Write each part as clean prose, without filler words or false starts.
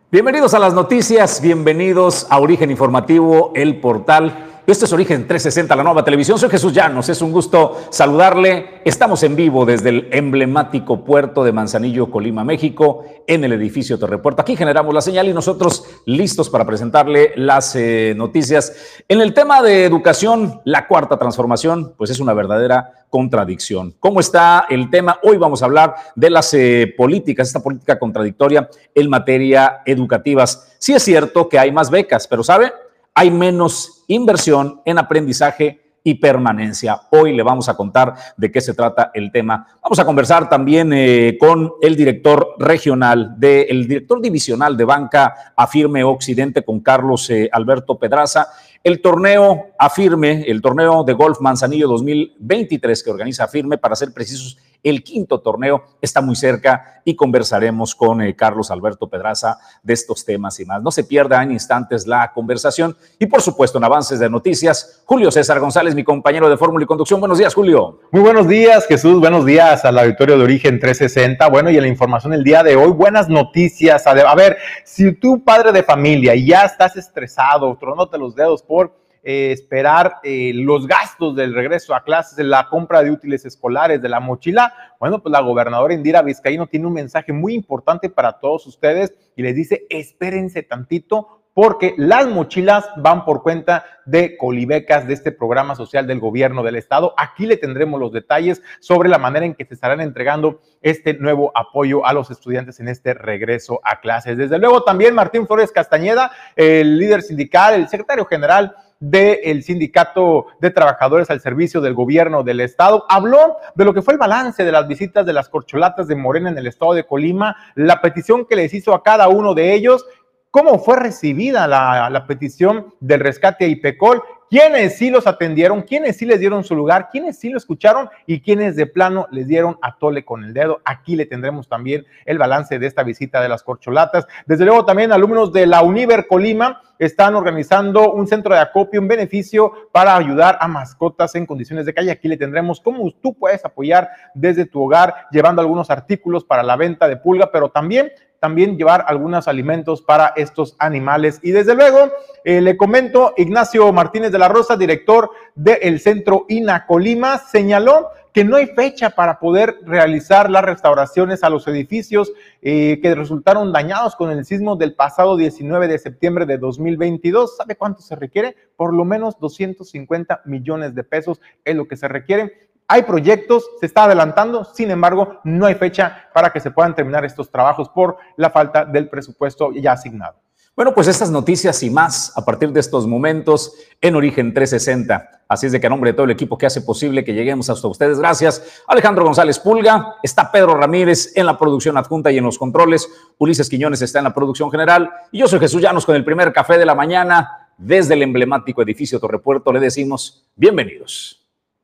Bienvenidos a las noticias, bienvenidos a Origen Informativo, el portal. Esto es Origen 360, la nueva televisión. Soy Jesús Llanos, es un gusto saludarle. Estamos en vivo desde el emblemático puerto de Manzanillo, Colima, México, en el edificio Torrepuerto. Aquí generamos la señal y nosotros listos para presentarle las noticias. En el tema de educación, la cuarta transformación, pues es una verdadera contradicción. ¿Cómo está el tema? Hoy vamos a hablar de las políticas, esta política contradictoria en materia educativas. Sí es cierto que hay más becas, pero ¿sabe? Hay menos inversión en aprendizaje y permanencia. Hoy le vamos a contar de qué se trata el tema. Vamos a conversar también con el director regional, el director divisional de Banca Afirme Occidente, con Carlos Alberto Pedraza. El torneo Afirme, el torneo de golf Manzanillo 2023 que organiza Afirme, para ser precisos, el quinto torneo, está muy cerca y conversaremos con Carlos Alberto Pedraza de estos temas y más. No se pierda en instantes la conversación y, por supuesto, en avances de noticias, Julio César González, mi compañero de Fórmula y Conducción. Buenos días, Julio. Muy buenos días, Jesús. Buenos días al auditorio de Origen 360. Bueno, y en la información del día de hoy, buenas noticias. A ver, si tú, padre de familia, y ya estás estresado, tronándote los dedos por esperar los gastos del regreso a clases, de la compra de útiles escolares, de la mochila, bueno, pues la gobernadora Indira Vizcaíno tiene un mensaje muy importante para todos ustedes y les dice: espérense tantito, porque las mochilas van por cuenta de Colibecas, de este programa social del gobierno del estado. Aquí le tendremos los detalles sobre la manera en que se estarán entregando este nuevo apoyo a los estudiantes en este regreso a clases. Desde luego también Martín Flores Castañeda, el líder sindical, el secretario general del Sindicato de Trabajadores al Servicio del Gobierno del Estado, habló de lo que fue el balance de las visitas de las corcholatas de Morena en el estado de Colima, la petición que les hizo a cada uno de ellos, cómo fue recibida la petición del rescate a IPECOL, quiénes sí los atendieron, quiénes sí les dieron su lugar, quiénes sí lo escucharon y quiénes de plano les dieron a tole con el dedo. Aquí le tendremos también el balance de esta visita de las corcholatas. Desde luego también alumnos de la Univer Colima están organizando un centro de acopio, un beneficio para ayudar a mascotas en condiciones de calle. Aquí le tendremos cómo tú puedes apoyar desde tu hogar, llevando algunos artículos para la venta de pulga, pero también llevar algunos alimentos para estos animales. Y desde luego, le comento, Ignacio Martínez de la Rosa, director del Centro INA Colima, señaló que no hay fecha para poder realizar las restauraciones a los edificios que resultaron dañados con el sismo del pasado 19 de septiembre de 2022. ¿Sabe cuánto se requiere? Por lo menos 250 millones de pesos es lo que se requiere. Hay proyectos, se está adelantando, sin embargo, no hay fecha para que se puedan terminar estos trabajos por la falta del presupuesto ya asignado. Bueno, pues estas noticias y más a partir de estos momentos en Origen 360. Así es de que a nombre de todo el equipo que hace posible que lleguemos hasta ustedes, gracias. Alejandro González Pulga, está Pedro Ramírez en la producción adjunta y en los controles. Ulises Quiñones está en la producción general. Y yo soy Jesús Llanos con el primer café de la mañana. Desde el emblemático edificio Torrepuerto le decimos bienvenidos.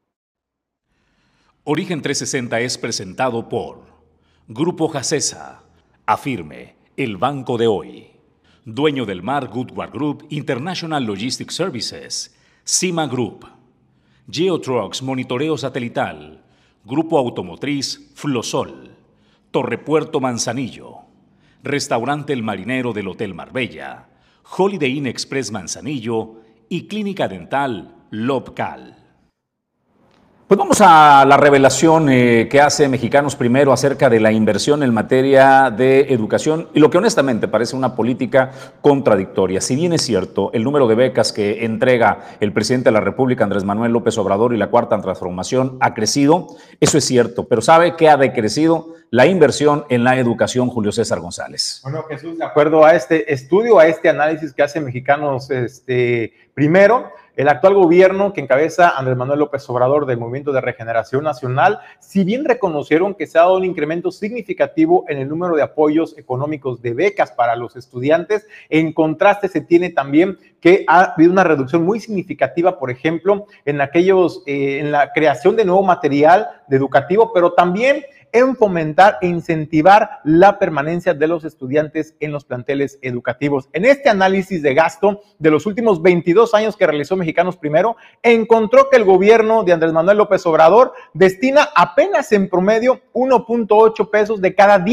Origen 360 es presentado por Grupo Jacesa, Afirme, el banco de hoy. Dueño del mar Goodward Group International Logistics Services, Cima Group, Geotrucks Monitoreo Satelital, Grupo Automotriz Flosol, Torrepuerto Manzanillo, Restaurante El Marinero del Hotel Marbella, Holiday Inn Express Manzanillo y Clínica Dental Lobcal. Pues vamos a la revelación que hace Mexicanos Primero acerca de la inversión en materia de educación y lo que honestamente parece una política contradictoria. Si bien es cierto, el número de becas que entrega el presidente de la República, Andrés Manuel López Obrador, y la cuarta transformación ha crecido, eso es cierto, pero ¿sabe qué ha decrecido? La inversión en la educación, Julio César González. Bueno, Jesús, de acuerdo a este estudio, a este análisis que hace Mexicanos Primero, el actual gobierno que encabeza Andrés Manuel López Obrador del Movimiento de Regeneración Nacional, si bien reconocieron que se ha dado un incremento significativo en el número de apoyos económicos de becas para los estudiantes, en contraste se tiene también que ha habido una reducción muy significativa, por ejemplo, en la creación de nuevo material educativo, pero también en fomentar e incentivar la permanencia de los estudiantes en los planteles educativos. En este análisis de gasto de los últimos 22 años que realizó Mexicanos Primero, encontró que el gobierno de Andrés Manuel López Obrador destina apenas en promedio 1.8 pesos de cada 10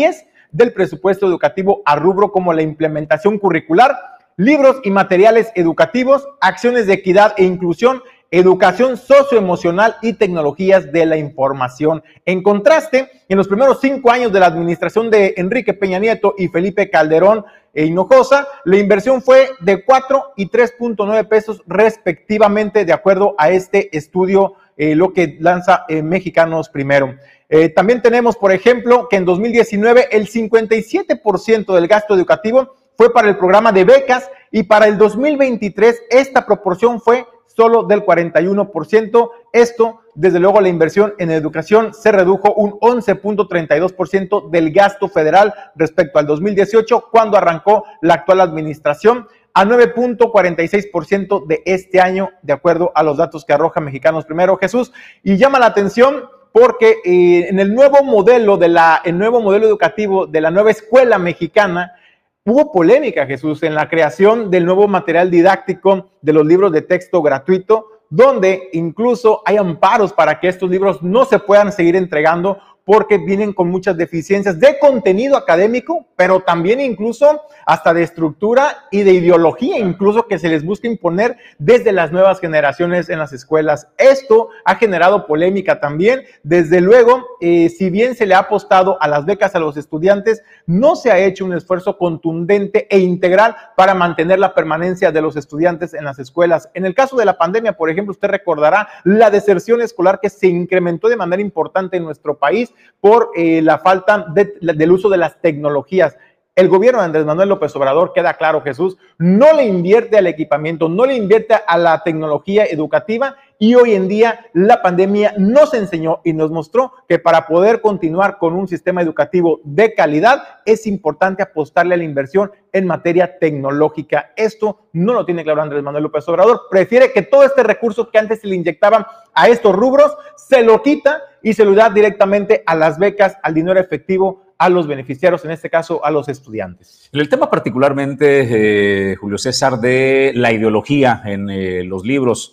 del presupuesto educativo a rubro como la implementación curricular, libros y materiales educativos, acciones de equidad e inclusión, educación socioemocional y tecnologías de la información. En contraste, en los primeros 5 años de la administración de Enrique Peña Nieto y Felipe Calderón Hinojosa, la inversión fue de 4 y 3.9 pesos respectivamente, de acuerdo a este estudio, lo que lanza Mexicanos Primero. También tenemos, por ejemplo, que en 2019 el 57% del gasto educativo fue para el programa de becas y para el 2023 esta proporción fue solo del 41%. Esto, desde luego, la inversión en educación se redujo un 11.32% del gasto federal respecto al 2018, cuando arrancó la actual administración, a 9.46% de este año, de acuerdo a los datos que arroja Mexicanos Primero, Jesús. Y llama la atención porque en el nuevo modelo educativo de la nueva escuela mexicana, hubo polémica, Jesús, en la creación del nuevo material didáctico de los libros de texto gratuito, donde incluso hay amparos para que estos libros no se puedan seguir entregando porque vienen con muchas deficiencias de contenido académico, pero también incluso hasta de estructura y de ideología, incluso que se les busca imponer desde las nuevas generaciones en las escuelas. Esto ha generado polémica también. Desde luego, si bien se le ha apostado a las becas a los estudiantes, no se ha hecho un esfuerzo contundente e integral para mantener la permanencia de los estudiantes en las escuelas. En el caso de la pandemia, por ejemplo, usted recordará la deserción escolar que se incrementó de manera importante en nuestro país por la falta del uso de las tecnologías. El gobierno de Andrés Manuel López Obrador, queda claro, Jesús, no le invierte al equipamiento, no le invierte a la tecnología educativa, y hoy en día la pandemia nos enseñó y nos mostró que para poder continuar con un sistema educativo de calidad es importante apostarle a la inversión en materia tecnológica. Esto no lo tiene claro Andrés Manuel López Obrador. Prefiere que todo este recurso que antes se le inyectaban a estos rubros se lo quita y se lo da directamente a las becas, al dinero efectivo, a los beneficiarios, en este caso a los estudiantes. En el tema particularmente, Julio César, de la ideología en los libros,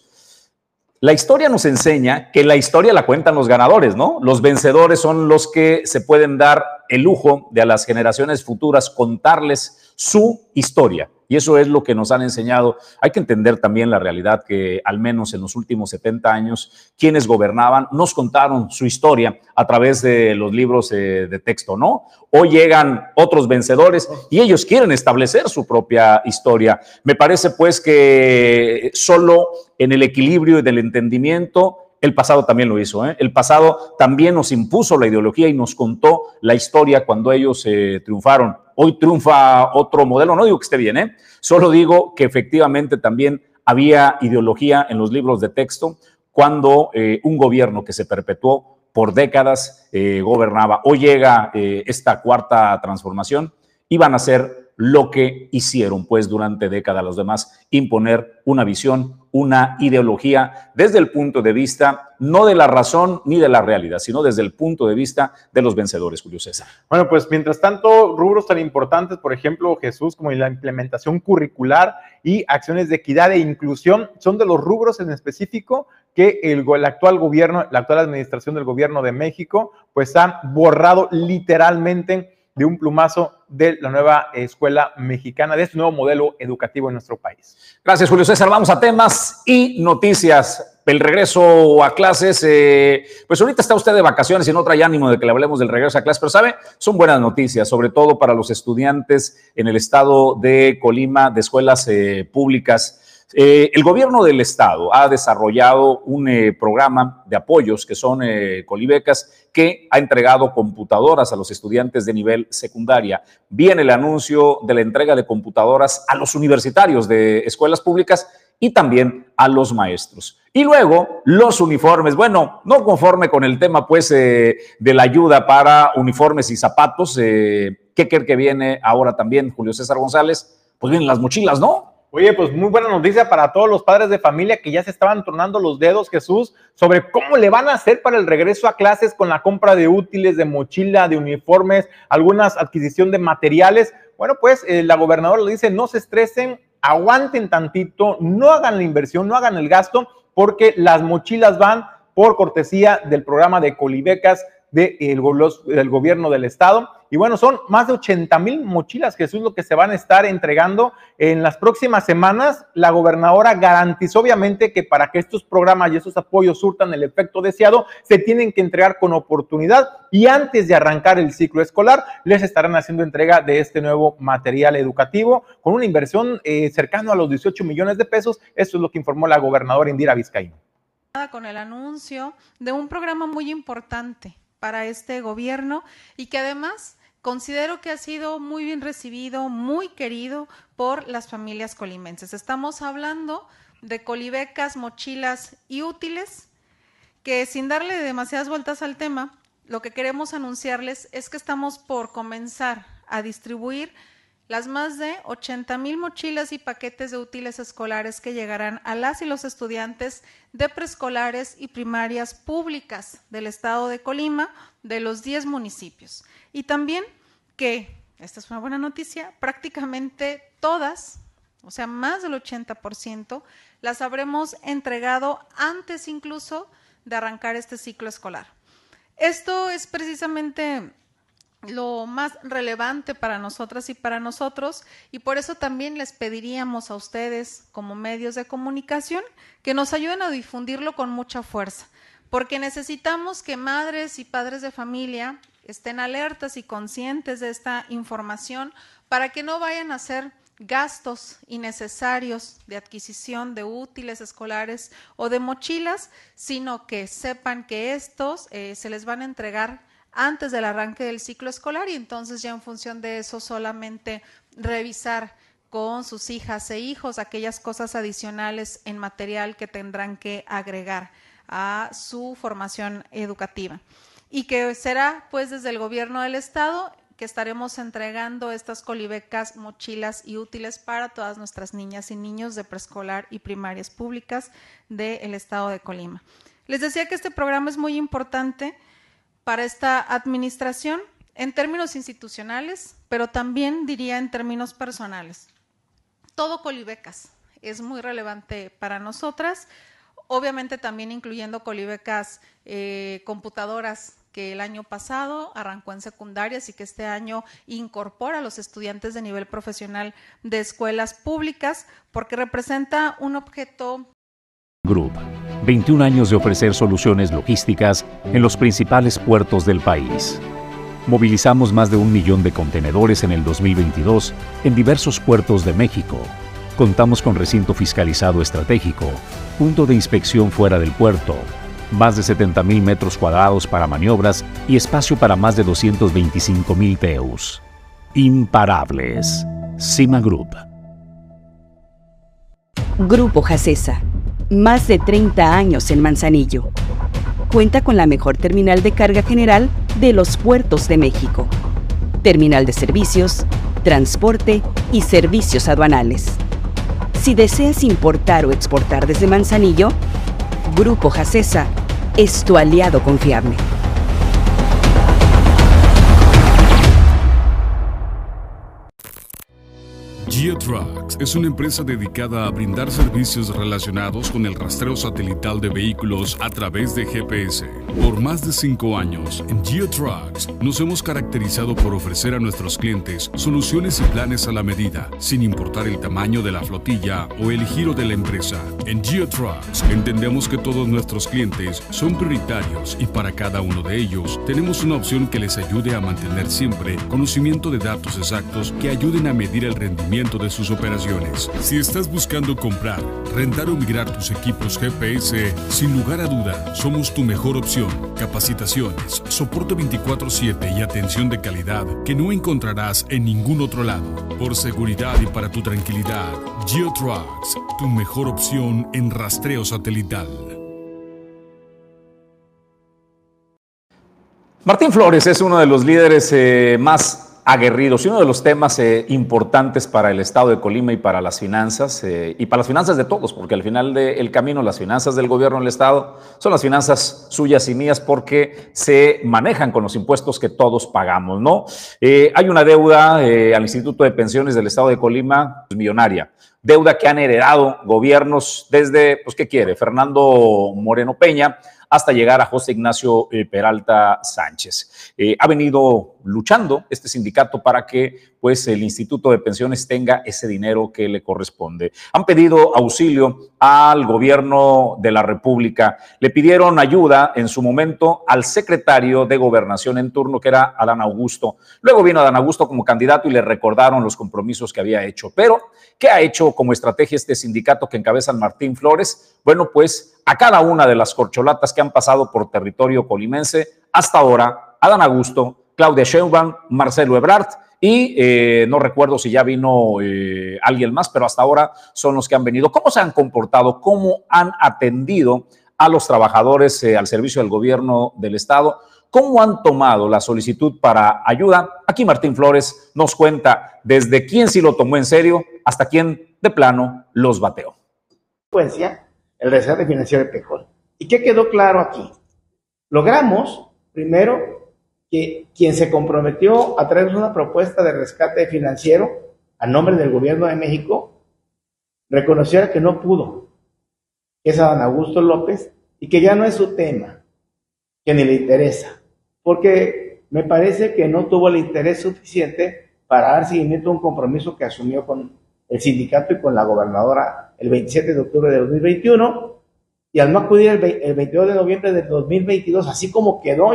la historia nos enseña que la historia la cuentan los ganadores, ¿no? Los vencedores son los que se pueden dar el lujo de a las generaciones futuras contarles su historia. Y eso es lo que nos han enseñado. Hay que entender también la realidad que al menos en los últimos 70 años, quienes gobernaban nos contaron su historia a través de los libros de texto, ¿no? Hoy llegan otros vencedores y ellos quieren establecer su propia historia. Me parece pues que solo en el equilibrio y del entendimiento, el pasado también lo hizo, ¿eh? El pasado también nos impuso la ideología y nos contó la historia cuando ellos triunfaron. Hoy triunfa otro modelo, no digo que esté bien, ¿eh? Solo digo que efectivamente también había ideología en los libros de texto cuando un gobierno que se perpetuó por décadas gobernaba. Hoy llega esta cuarta transformación y van a hacer lo que hicieron pues durante décadas los demás, imponer una visión, una ideología desde el punto de vista no de la razón ni de la realidad, sino desde el punto de vista de los vencedores, Julio César. Bueno, pues mientras tanto, rubros tan importantes, por ejemplo, Jesús, como la implementación curricular y acciones de equidad e inclusión, son de los rubros en específico que el actual gobierno, la actual administración del gobierno de México, pues ha borrado literalmente de un plumazo de la nueva escuela mexicana, de este nuevo modelo educativo en nuestro país. Gracias, Julio César. Vamos a temas y noticias. El regreso a clases, pues ahorita está usted de vacaciones y no trae ánimo de que le hablemos del regreso a clases, pero sabe, son buenas noticias, sobre todo para los estudiantes en el estado de Colima, de escuelas públicas. El gobierno del estado ha desarrollado un programa de apoyos que son Colibecas, que ha entregado computadoras a los estudiantes de nivel secundaria. Viene el anuncio de la entrega de computadoras a los universitarios de escuelas públicas y también a los maestros. Y luego los uniformes. Bueno, no conforme con el tema pues de la ayuda para uniformes y zapatos, ¿qué cree que viene ahora también, Julio César González? Pues vienen las mochilas, ¿no? Oye, pues muy buena noticia para todos los padres de familia que ya se estaban tronando los dedos, Jesús, sobre cómo le van a hacer para el regreso a clases con la compra de útiles, de mochila, de uniformes, algunas adquisición de materiales. Bueno, pues la gobernadora le dice, no se estresen, aguanten tantito, no hagan la inversión, no hagan el gasto, porque las mochilas van por cortesía del programa de Colibecas del gobierno del estado. Y bueno, son más de 80,000 mochilas, Jesús, lo que se van a estar entregando en las próximas semanas. La gobernadora garantizó obviamente que para que estos programas y estos apoyos surtan el efecto deseado, se tienen que entregar con oportunidad, y antes de arrancar el ciclo escolar les estarán haciendo entrega de este nuevo material educativo con una inversión cercana a los 18 millones de pesos. Eso es lo que informó la gobernadora Indira Vizcaíno. Con el anuncio de un programa muy importante para este gobierno y que además considero que ha sido muy bien recibido, muy querido por las familias colimenses. Estamos hablando de colibecas, mochilas y útiles, que sin darle demasiadas vueltas al tema, lo que queremos anunciarles es que estamos por comenzar a distribuir las más de 80,000 mochilas y paquetes de útiles escolares que llegarán a las y los estudiantes de preescolares y primarias públicas del estado de Colima, de los 10 municipios. Y también que, esta es una buena noticia, prácticamente todas, o sea, más del 80%, las habremos entregado antes incluso de arrancar este ciclo escolar. Esto es precisamente lo más relevante para nosotras y para nosotros, y por eso también les pediríamos a ustedes como medios de comunicación que nos ayuden a difundirlo con mucha fuerza, porque necesitamos que madres y padres de familia estén alertas y conscientes de esta información para que no vayan a hacer gastos innecesarios de adquisición de útiles escolares o de mochilas, sino que sepan que estos se les van a entregar antes del arranque del ciclo escolar, y entonces ya en función de eso solamente revisar con sus hijas e hijos aquellas cosas adicionales en material que tendrán que agregar a su formación educativa. Y que será pues desde el gobierno del estado que estaremos entregando estas colibecas, mochilas y útiles para todas nuestras niñas y niños de preescolar y primarias públicas del estado de Colima. Les decía que este programa es muy importante para esta administración en términos institucionales, pero también diría en términos personales. Todo colibecas es muy relevante para nosotras, obviamente también incluyendo colibecas computadoras, que el año pasado arrancó en secundarias y que este año incorpora a los estudiantes de nivel profesional de escuelas públicas, porque representa un objeto. Group, 21 años de ofrecer soluciones logísticas en los principales puertos del país. Movilizamos más de 1 millón de contenedores en el 2022 en diversos puertos de México. Contamos con recinto fiscalizado estratégico, punto de inspección fuera del puerto, más de 70,000 metros cuadrados para maniobras y espacio para más de 225,000 TEUs. Imparables. Cima Group. Grupo Jacesa. Más de 30 años en Manzanillo. Cuenta con la mejor terminal de carga general de los puertos de México. Terminal de servicios, transporte y servicios aduanales. Si deseas importar o exportar desde Manzanillo, Grupo Jacesa es tu aliado confiable. GeoTrucks es una empresa dedicada a brindar servicios relacionados con el rastreo satelital de vehículos a través de GPS. Por más de 5 años, en GeoTrucks nos hemos caracterizado por ofrecer a nuestros clientes soluciones y planes a la medida, sin importar el tamaño de la flotilla o el giro de la empresa. En GeoTrucks entendemos que todos nuestros clientes son prioritarios y para cada uno de ellos tenemos una opción que les ayude a mantener siempre conocimiento de datos exactos que ayuden a medir el rendimiento de sus operaciones. Si estás buscando comprar, rentar o migrar tus equipos GPS, sin lugar a duda, somos tu mejor opción. Capacitaciones, soporte 24/7 y atención de calidad que no encontrarás en ningún otro lado. Por seguridad y para tu tranquilidad, GeoTrucks, tu mejor opción en rastreo satelital. Martín Flores es uno de los líderes más aguerridos y uno de los temas importantes para el estado de Colima y para las finanzas de todos, porque al final del camino las finanzas del gobierno del estado son las finanzas suyas y mías porque se manejan con los impuestos que todos pagamos, ¿no? Hay una deuda al Instituto de Pensiones del estado de Colima millonaria. deuda que han heredado gobiernos desde, pues, ¿qué quiere? Fernando Moreno Peña, hasta llegar a José Ignacio Peralta Sánchez. Ha venido luchando este sindicato para que, pues, el Instituto de Pensiones tenga ese dinero que le corresponde. Han pedido auxilio al gobierno de la República. Le pidieron ayuda en su momento al secretario de Gobernación en turno, que era Adán Augusto. Luego vino Adán Augusto como candidato y le recordaron los compromisos que había hecho. Pero, ¿qué ha hecho como estrategia este sindicato que encabeza Martín Flores? Bueno, pues a cada una de las corcholatas que han pasado por territorio colimense hasta ahora, Adán Augusto, Claudia Sheinbaum, Marcelo Ebrard y no recuerdo si ya vino alguien más, pero hasta ahora son los que han venido. ¿Cómo se han comportado? ¿Cómo han atendido a los trabajadores al servicio del gobierno del Estado? ¿Cómo han tomado la solicitud para ayuda? Aquí Martín Flores nos cuenta desde quién sí lo tomó en serio hasta quién de plano los bateó. El rescate financiero de Pecol. ¿Y qué quedó claro aquí? Logramos, primero, que quien se comprometió a traernos una propuesta de rescate financiero a nombre del gobierno de México, reconociera que no pudo, que es Adán Augusto López, y que ya no es su tema, que ni le interesa, porque me parece que no tuvo el interés suficiente para dar seguimiento a un compromiso que asumió con el sindicato y con la gobernadora el 27 de octubre de 2021, y al no acudir el 22 de noviembre de 2022, así como quedó,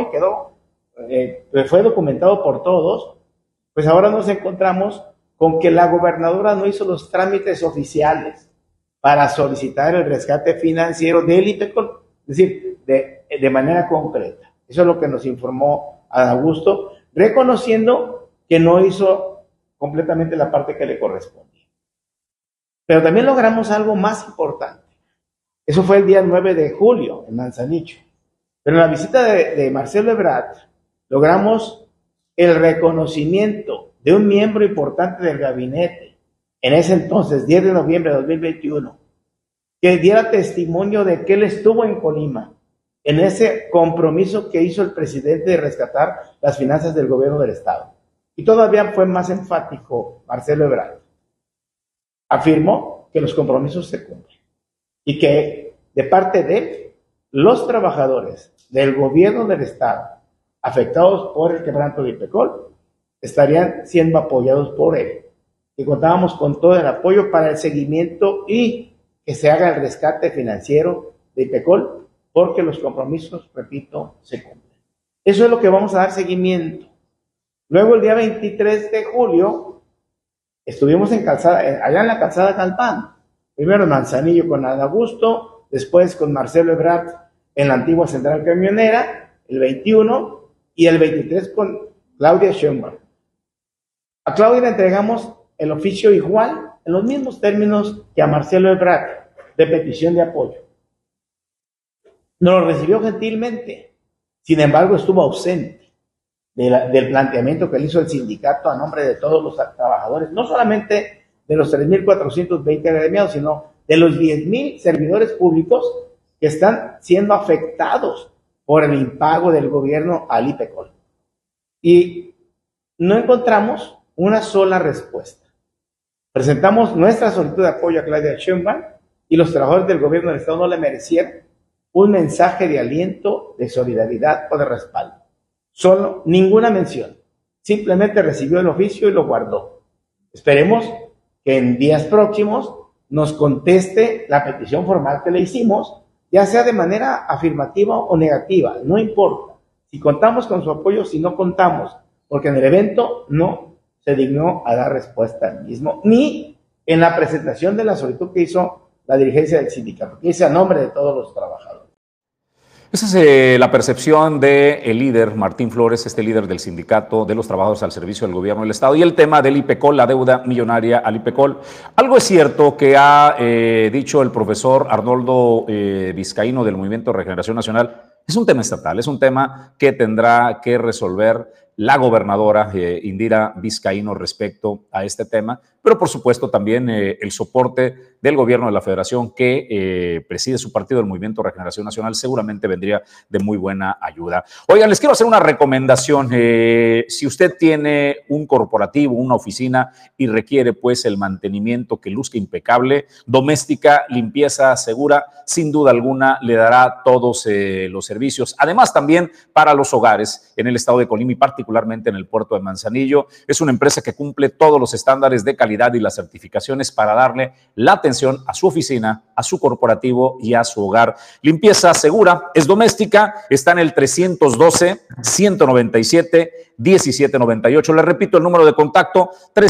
fue documentado por todos, pues ahora nos encontramos con que la gobernadora no hizo los trámites oficiales para solicitar el rescate financiero del IPECOL, es decir, de manera concreta. Eso es lo que nos informó Adán Augusto, reconociendo que no hizo completamente la parte que le correspondía. Pero también logramos algo más importante. Eso fue el día 9 de julio en Manzanillo. Pero en la visita de Marcelo Ebrard logramos el reconocimiento de un miembro importante del gabinete, en ese entonces, 10 de noviembre de 2021, que diera testimonio de que él estuvo en Colima, en ese compromiso que hizo el presidente de rescatar las finanzas del gobierno del Estado. Y todavía fue más enfático Marcelo Ebrard. Afirmó que los compromisos se cumplen y que de parte de él, los trabajadores del gobierno del Estado afectados por el quebranto de IPECOL estarían siendo apoyados por él, y contábamos con todo el apoyo para el seguimiento y que se haga el rescate financiero de IPECOL, porque los compromisos, repito, se cumplen. Eso es lo que vamos a dar seguimiento. Luego, el día 23 de julio, estuvimos allá en la calzada Calpán, primero en Manzanillo con Adán Augusto, después con Marcelo Ebrard en la antigua central camionera, el 21, y el 23 con Claudia Sheinbaum. A Claudia le entregamos el oficio igual, en los mismos términos que a Marcelo Ebrard, de petición de apoyo. Nos lo recibió gentilmente, sin embargo estuvo ausente del planteamiento que le hizo el sindicato a nombre de todos los trabajadores, no solamente de los 3.420 agremiados, sino de los 10,000 servidores públicos que están siendo afectados por el impago del gobierno al IPECOL. Y no encontramos una sola respuesta. Presentamos nuestra solicitud de apoyo a Claudia Sheinbaum y los trabajadores del gobierno del Estado no le merecieron un mensaje de aliento, de solidaridad o de respaldo. Solo ninguna mención. Simplemente recibió el oficio y lo guardó. Esperemos que en días próximos nos conteste la petición formal que le hicimos, ya sea de manera afirmativa o negativa, no importa. Si contamos con su apoyo, si no contamos, porque en el evento no se dignó a dar respuesta al mismo, ni en la presentación de la solicitud que hizo la dirigencia del sindicato, que hice a nombre de todos los trabajadores. Esa es la percepción del líder Martín Flores, este líder del sindicato de los trabajadores al servicio del gobierno del Estado, y el tema del IPECOL, la deuda millonaria al IPECOL. Algo es cierto que ha dicho el profesor Arnoldo Vizcaíno del Movimiento de Regeneración Nacional, es un tema estatal, es un tema que tendrá que resolver la gobernadora Indira Vizcaíno respecto a este tema, pero por supuesto también el soporte del gobierno de la Federación que preside su partido, el Movimiento Regeneración Nacional, seguramente vendría de muy buena ayuda. Oigan, les quiero hacer una recomendación. Si usted tiene un corporativo, una oficina y requiere pues el mantenimiento que luzca impecable, Doméstica Limpieza Segura, sin duda alguna, le dará todos los servicios. Además, también para los hogares en el estado de Colima y particularmente en el puerto de Manzanillo. Es una empresa que cumple todos los estándares de calidad y las certificaciones para darle la atención a su oficina, a su corporativo y a su hogar. Limpieza Segura es Doméstica, está en el 312-197-1798. Le repito el número de contacto,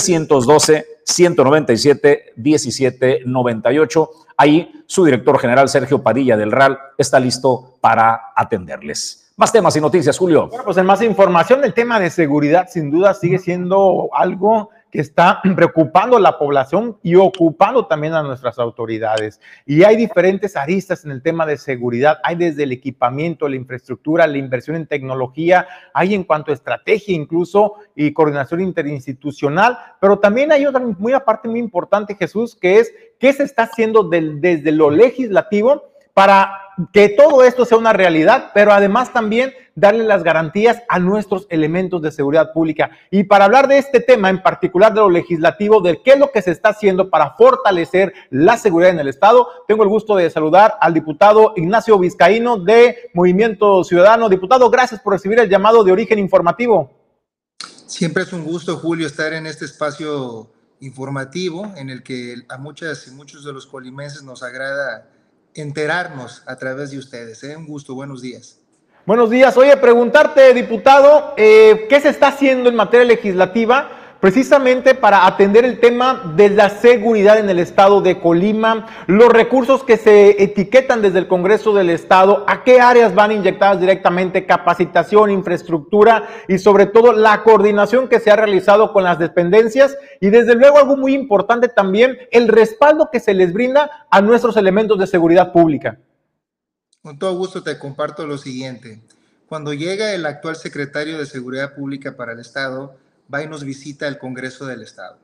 312-197-1798. Ahí su director general, Sergio Padilla del RAL, está listo para atenderles. Más temas y noticias, Julio. Bueno, pues en más información, el tema de seguridad sin duda sigue siendo algo que está preocupando a la población y ocupando también a nuestras autoridades. Y hay diferentes aristas en el tema de seguridad. Hay desde el equipamiento, la infraestructura, la inversión en tecnología, hay en cuanto a estrategia incluso y coordinación interinstitucional, pero también hay otra muy aparte muy importante, Jesús, que es qué se está haciendo desde lo legislativo para que todo esto sea una realidad, pero además también darle las garantías a nuestros elementos de seguridad pública. Y para hablar de este tema, en particular de lo legislativo, de qué es lo que se está haciendo para fortalecer la seguridad en el Estado, tengo el gusto de saludar al diputado Ignacio Vizcaíno de Movimiento Ciudadano. Diputado, gracias por recibir el llamado de Origen Informativo. Siempre es un gusto, Julio, estar en este espacio informativo en el que a muchas y muchos de los colimenses nos agrada enterarnos a través de ustedes. Un gusto, buenos días. Buenos días. Oye, preguntarte, diputado, ¿qué se está haciendo en materia legislativa precisamente para atender el tema de la seguridad en el estado de Colima? Los recursos que se etiquetan desde el Congreso del Estado, ¿a qué áreas van inyectadas directamente? Capacitación, infraestructura y sobre todo la coordinación que se ha realizado con las dependencias y desde luego algo muy importante también, el respaldo que se les brinda a nuestros elementos de seguridad pública. Con todo gusto te comparto lo siguiente. Cuando llega el actual secretario de Seguridad Pública para el Estado, va y nos visita el Congreso del Estado.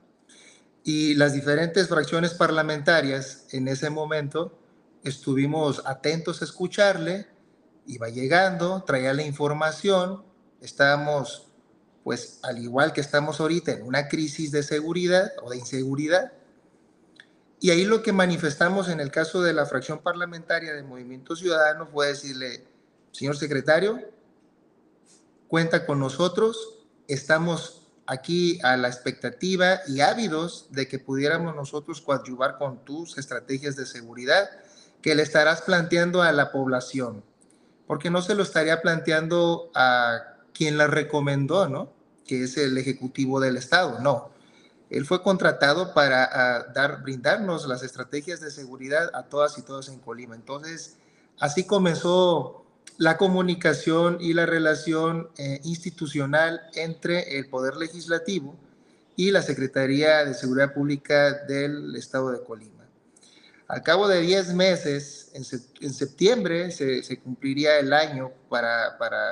Y las diferentes fracciones parlamentarias en ese momento estuvimos atentos a escucharle, iba llegando, traía la información, estábamos, pues al igual que estamos ahorita, en una crisis de seguridad o de inseguridad. Y ahí lo que manifestamos en el caso de la fracción parlamentaria de Movimiento Ciudadano fue decirle, señor secretario, cuenta con nosotros, estamos aquí a la expectativa y ávidos de que pudiéramos nosotros coadyuvar con tus estrategias de seguridad que le estarás planteando a la población, porque no se lo estaría planteando a quien la recomendó, ¿no? Que es el Ejecutivo del Estado, no. Él fue contratado para brindarnos las estrategias de seguridad a todas y todos en Colima. Entonces, así comenzó la comunicación y la relación institucional entre el Poder Legislativo y la Secretaría de Seguridad Pública del Estado de Colima. Al cabo de 10 meses, en septiembre, se cumpliría el año para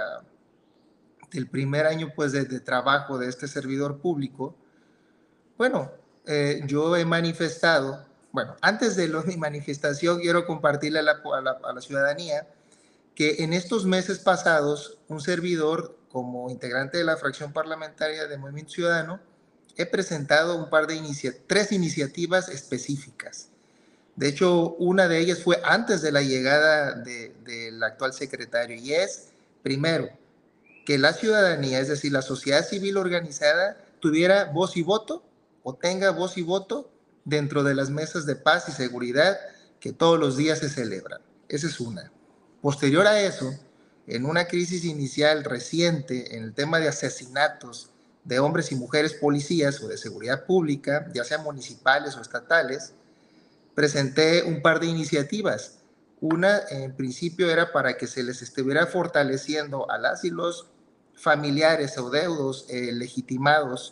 el primer año pues, de trabajo de este servidor público. Bueno, yo he manifestado, bueno, antes de mi manifestación quiero compartirle a la ciudadanía que en estos meses pasados, un servidor como integrante de la fracción parlamentaria de Movimiento Ciudadano, he presentado tres iniciativas específicas. De hecho, una de ellas fue antes de la llegada del actual secretario y es, primero, que la ciudadanía, es decir, la sociedad civil organizada, tuviera voz y voto o tenga voz y voto dentro de las mesas de paz y seguridad que todos los días se celebran. Esa es una. Posterior a eso, en una crisis inicial reciente en el tema de asesinatos de hombres y mujeres policías o de seguridad pública, ya sean municipales o estatales, presenté un par de iniciativas. Una, en principio, era para que se les estuviera fortaleciendo a las y los familiares o deudos legitimados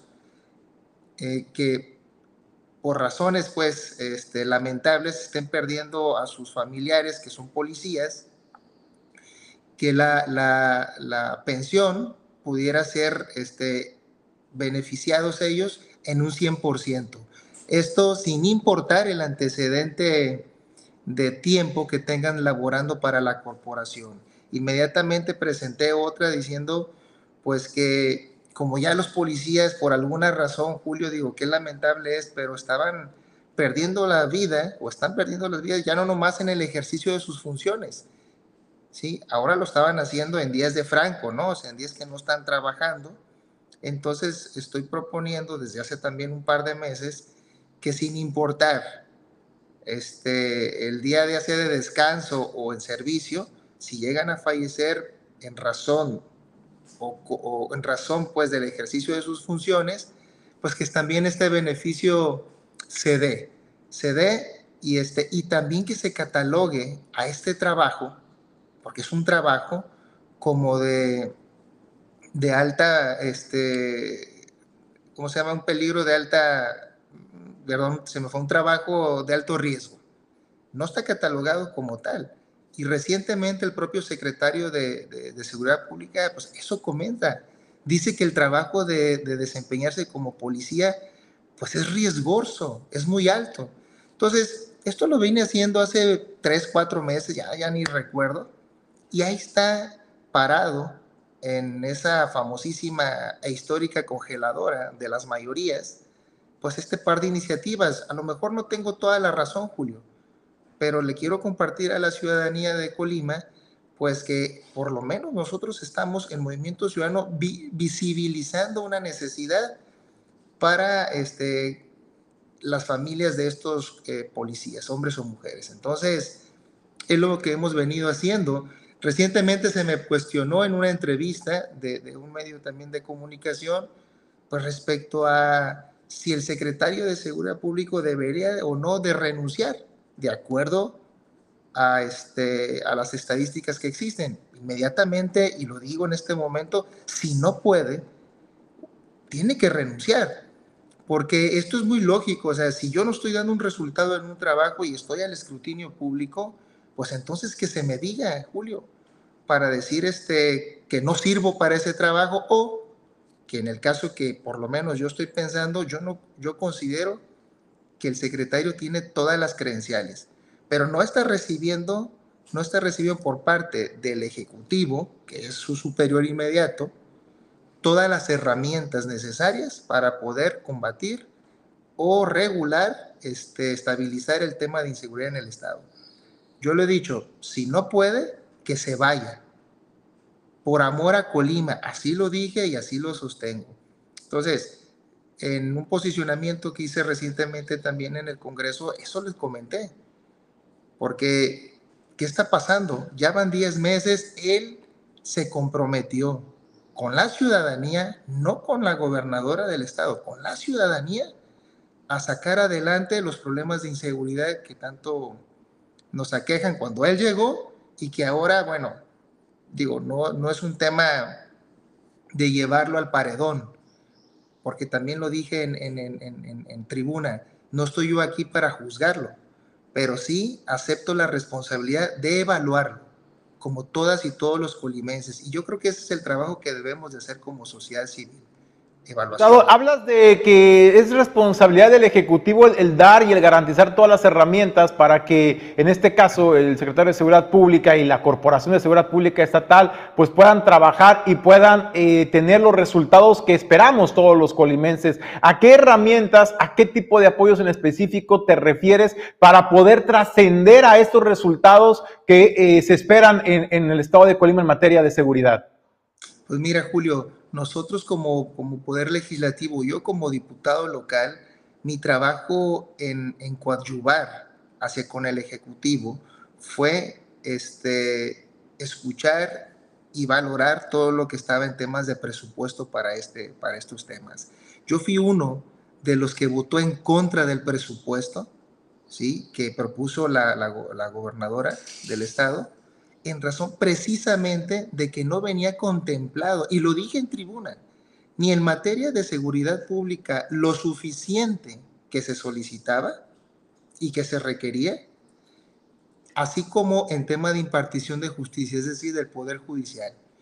que por razones pues lamentables estén perdiendo a sus familiares que son policías, que la pensión pudiera ser beneficiados ellos en un 100%. Esto sin importar el antecedente de tiempo que tengan laborando para la corporación. Inmediatamente presenté otra diciendo pues que como ya los policías por alguna razón, Julio, digo, qué lamentable es, pero estaban perdiendo la vida o están perdiendo las vidas ya no nomás en el ejercicio de sus funciones, ¿sí? Ahora lo estaban haciendo en días de franco, ¿no? O sea, en días que no están trabajando. Entonces estoy proponiendo desde hace también un par de meses que sin importar el día de hacer de descanso o en servicio, si llegan a fallecer en razón o en razón pues del ejercicio de sus funciones, pues que también este beneficio se dé y también que se catalogue a este trabajo, porque es un trabajo como de alta, ¿cómo se llama? Un peligro de alta, perdón, se me fue, un trabajo de alto riesgo. No está catalogado como tal. Y recientemente el propio secretario de Seguridad Pública, pues eso comenta. Dice que el trabajo de desempeñarse como policía, pues es riesgoso, es muy alto. Entonces, esto lo vine haciendo hace 3, 4 meses, ya ni recuerdo, y ahí está parado en esa famosísima e histórica congeladora de las mayorías, pues este par de iniciativas. A lo mejor no tengo toda la razón, Julio, pero le quiero compartir a la ciudadanía de Colima, pues que por lo menos nosotros estamos en Movimiento Ciudadano visibilizando una necesidad para las familias de estos policías, hombres o mujeres. Entonces, es lo que hemos venido haciendo. Recientemente se me cuestionó en una entrevista de un medio también de comunicación, pues respecto a si el secretario de Seguridad Pública debería o no de renunciar, de acuerdo a las estadísticas que existen. Inmediatamente, y lo digo en este momento, si no puede, tiene que renunciar, porque esto es muy lógico. O sea, si yo no estoy dando un resultado en un trabajo y estoy al escrutinio público, pues entonces que se me diga, Julio, para decir que no sirvo para ese trabajo, o que en el caso que por lo menos yo estoy pensando, yo considero que el secretario tiene todas las credenciales, pero no está recibiendo por parte del Ejecutivo, que es su superior inmediato, todas las herramientas necesarias para poder combatir o regular, estabilizar el tema de inseguridad en el Estado. Yo le he dicho, si no puede, que se vaya, por amor a Colima, así lo dije y así lo sostengo. Entonces, en un posicionamiento que hice recientemente también en el Congreso, eso les comenté, porque ¿qué está pasando? Ya van 10 meses, él se comprometió con la ciudadanía, no con la gobernadora del estado, con la ciudadanía, a sacar adelante los problemas de inseguridad que tanto nos aquejan cuando él llegó y que ahora, bueno, digo, no es un tema de llevarlo al paredón, porque también lo dije en tribuna, no estoy yo aquí para juzgarlo, pero sí acepto la responsabilidad de evaluarlo, como todas y todos los colimenses, y yo creo que ese es el trabajo que debemos de hacer como sociedad civil. Evaluación. Hablas de que es responsabilidad del Ejecutivo el dar y el garantizar todas las herramientas para que, en este caso, el secretario de Seguridad Pública y la Corporación de Seguridad Pública Estatal, pues puedan trabajar y puedan tener los resultados que esperamos todos los colimenses. ¿A qué herramientas, a qué tipo de apoyos en específico te refieres para poder trascender a estos resultados que se esperan en el estado de Colima en materia de seguridad? Pues mira, Julio, nosotros como Poder Legislativo, yo como diputado local, mi trabajo en coadyuvar hacia con el Ejecutivo fue escuchar y valorar todo lo que estaba en temas de presupuesto para estos temas. Yo fui uno de los que votó en contra del presupuesto, ¿sí?, que propuso la gobernadora del estado, en razón precisamente de que no venía contemplado, y lo dije en tribuna, ni en materia de seguridad pública lo suficiente que se solicitaba y que se requería, así como en tema de impartición de justicia, es decir, del Poder Judicial.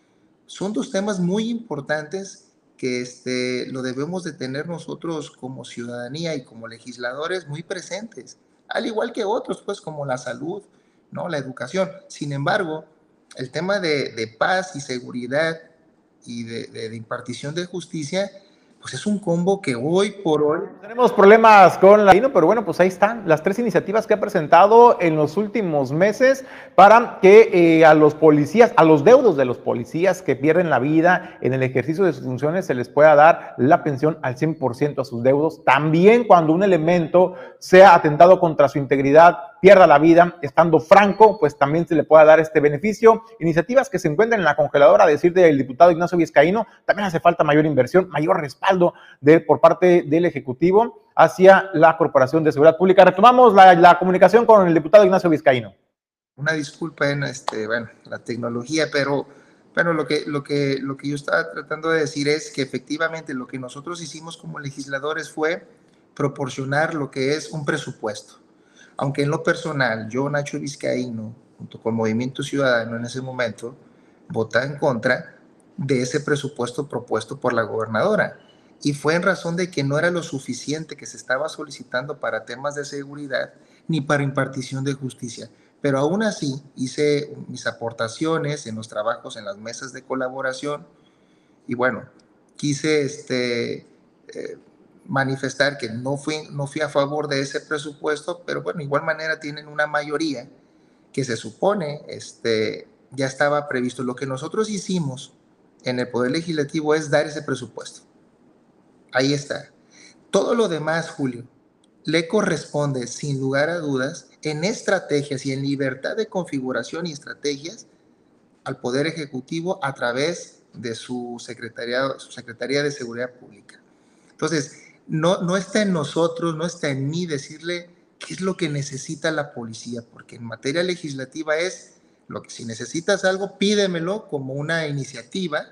Son dos temas muy importantes que lo debemos de tener nosotros como ciudadanía y como legisladores muy presentes, al igual que otros, pues como la salud, ¿no? La educación. Sin embargo, el tema de paz y seguridad y de impartición de justicia, pues es un combo que hoy por hoy... Tenemos problemas con la... Pero bueno, pues ahí están las 3 iniciativas que ha presentado en los últimos meses para que a los policías, a los deudos de los policías que pierden la vida en el ejercicio de sus funciones, se les pueda dar la pensión al 100% a sus deudos. También cuando un elemento sea atentado contra su integridad, pierda la vida estando franco, pues también se le pueda dar este beneficio. Iniciativas que se encuentran en la congeladora, a decir del diputado Ignacio Vizcaíno. También hace falta mayor inversión, mayor respaldo por parte del Ejecutivo hacia la Corporación de Seguridad Pública. Retomamos la comunicación con el diputado Ignacio Vizcaíno. Una disculpa en la tecnología, pero lo que yo estaba tratando de decir es que efectivamente lo que nosotros hicimos como legisladores fue proporcionar lo que es un presupuesto. Aunque en lo personal, yo, Nacho Vizcaíno, junto con Movimiento Ciudadano en ese momento, voté en contra de ese presupuesto propuesto por la gobernadora. Y fue en razón de que no era lo suficiente que se estaba solicitando para temas de seguridad ni para impartición de justicia. Pero aún así hice mis aportaciones en los trabajos, en las mesas de colaboración, y bueno, quise manifestar que no fui a favor de ese presupuesto, pero bueno, de igual manera tienen una mayoría que se supone ya estaba previsto. Lo que nosotros hicimos en el Poder Legislativo es dar ese presupuesto. Ahí está. Todo lo demás, Julio, le corresponde sin lugar a dudas en estrategias y en libertad de configuración y estrategias al Poder Ejecutivo a través de su Secretaría de Seguridad Pública. Entonces, no está en nosotros, no está en mí decirle qué es lo que necesita la policía, porque en materia legislativa es lo que si necesitas algo, pídemelo como una iniciativa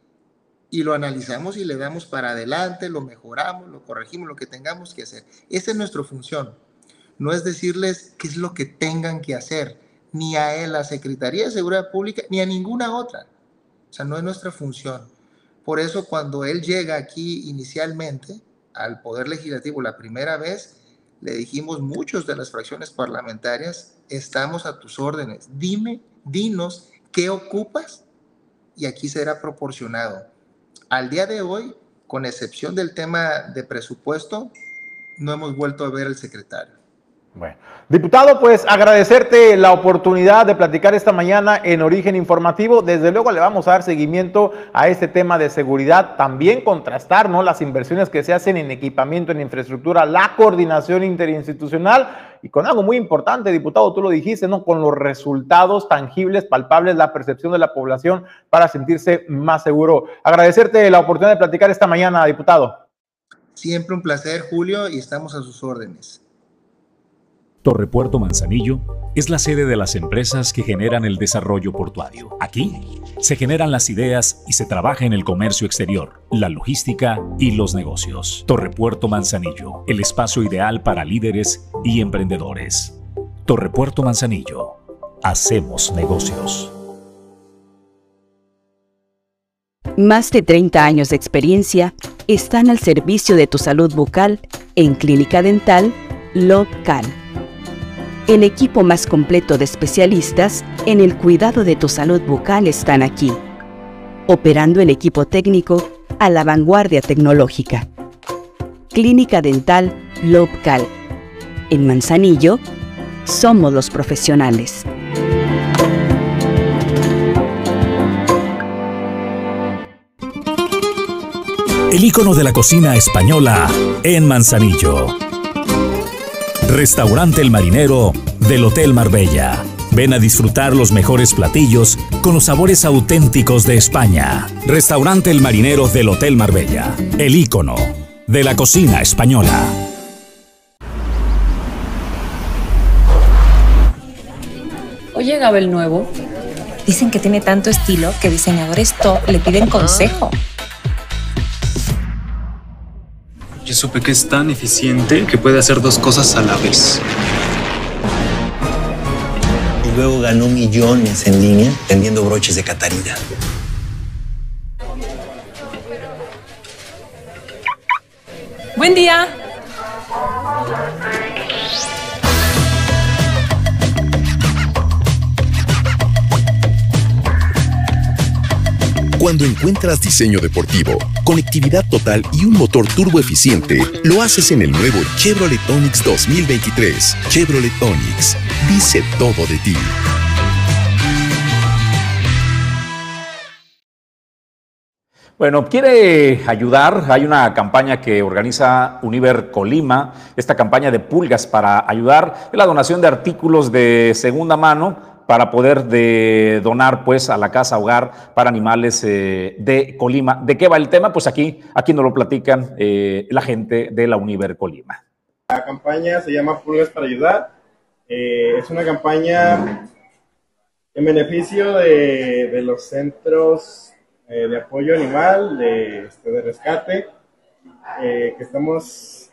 y lo analizamos y le damos para adelante, lo mejoramos, lo corregimos, lo que tengamos que hacer. Esa es nuestra función. No es decirles qué es lo que tengan que hacer, ni a la Secretaría de Seguridad Pública, ni a ninguna otra. O sea, no es nuestra función. Por eso cuando él llega aquí inicialmente al Poder Legislativo la primera vez, le dijimos muchos de las fracciones parlamentarias, estamos a tus órdenes, dinos qué ocupas y aquí será proporcionado. Al día de hoy, con excepción del tema de presupuesto, no hemos vuelto a ver al secretario. Bueno, diputado, pues agradecerte la oportunidad de platicar esta mañana en Origen Informativo. Desde luego le vamos a dar seguimiento a este tema de seguridad, también contrastar, ¿no?, las inversiones que se hacen en equipamiento, en infraestructura, la coordinación interinstitucional y con algo muy importante, diputado, tú lo dijiste, ¿no?, con los resultados tangibles, palpables, la percepción de la población para sentirse más seguro. Agradecerte la oportunidad de platicar esta mañana, diputado. Siempre un placer, Julio, y estamos a sus órdenes. Torrepuerto Manzanillo es la sede de las empresas que generan el desarrollo portuario. Aquí se generan las ideas y se trabaja en el comercio exterior, la logística y los negocios. Torrepuerto Manzanillo, el espacio ideal para líderes y emprendedores. Torrepuerto Manzanillo, hacemos negocios. Más de 30 años de experiencia están al servicio de tu salud bucal en Clínica Dental LobCal. El equipo más completo de especialistas en el cuidado de tu salud bucal están aquí, operando el equipo técnico a la vanguardia tecnológica. Clínica Dental LobCal. En Manzanillo, somos los profesionales. El ícono de la cocina española en Manzanillo. Restaurante El Marinero del Hotel Marbella. Ven a disfrutar los mejores platillos con los sabores auténticos de España. Restaurante El Marinero del Hotel Marbella. El ícono de la cocina española. Hoy llegaba el nuevo. Dicen que tiene tanto estilo que diseñadores top le piden consejo. Yo supe que es tan eficiente que puede hacer 2 cosas a la vez. Y luego ganó millones en línea vendiendo broches de Catarina. Buen día. Cuando encuentras diseño deportivo, conectividad total y un motor turbo eficiente, lo haces en el nuevo Chevrolet Onix 2023. Chevrolet Onix dice todo de ti. Bueno, quiere ayudar. Hay una campaña que organiza Univer Colima, esta campaña de pulgas para ayudar en la donación de artículos de segunda mano para poder donar pues a la casa hogar para animales de Colima. ¿De qué va el tema? Pues aquí nos lo platican la gente de la Univer Colima. La campaña se llama Pulgas para Ayudar. Es una campaña en beneficio de los centros de apoyo animal, de rescate, que estamos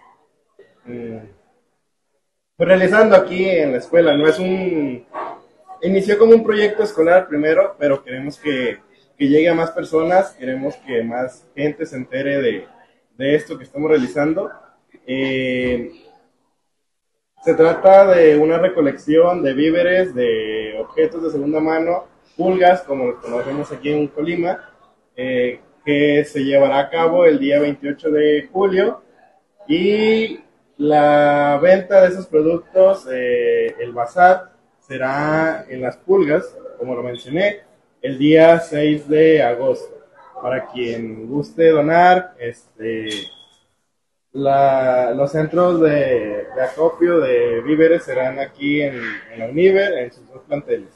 realizando aquí en la escuela. No es inició como un proyecto escolar primero, pero queremos que llegue a más personas, queremos que más gente se entere de esto que estamos realizando. Se trata de una recolección de víveres, de objetos de segunda mano, pulgas, como los conocemos aquí en Colima, que se llevará a cabo el día 28 de julio, y la venta de esos productos, el bazar, será en Las Pulgas, como lo mencioné, el día 6 de agosto. Para quien guste donar, los centros de acopio de víveres serán aquí en la Univer, en sus dos planteles.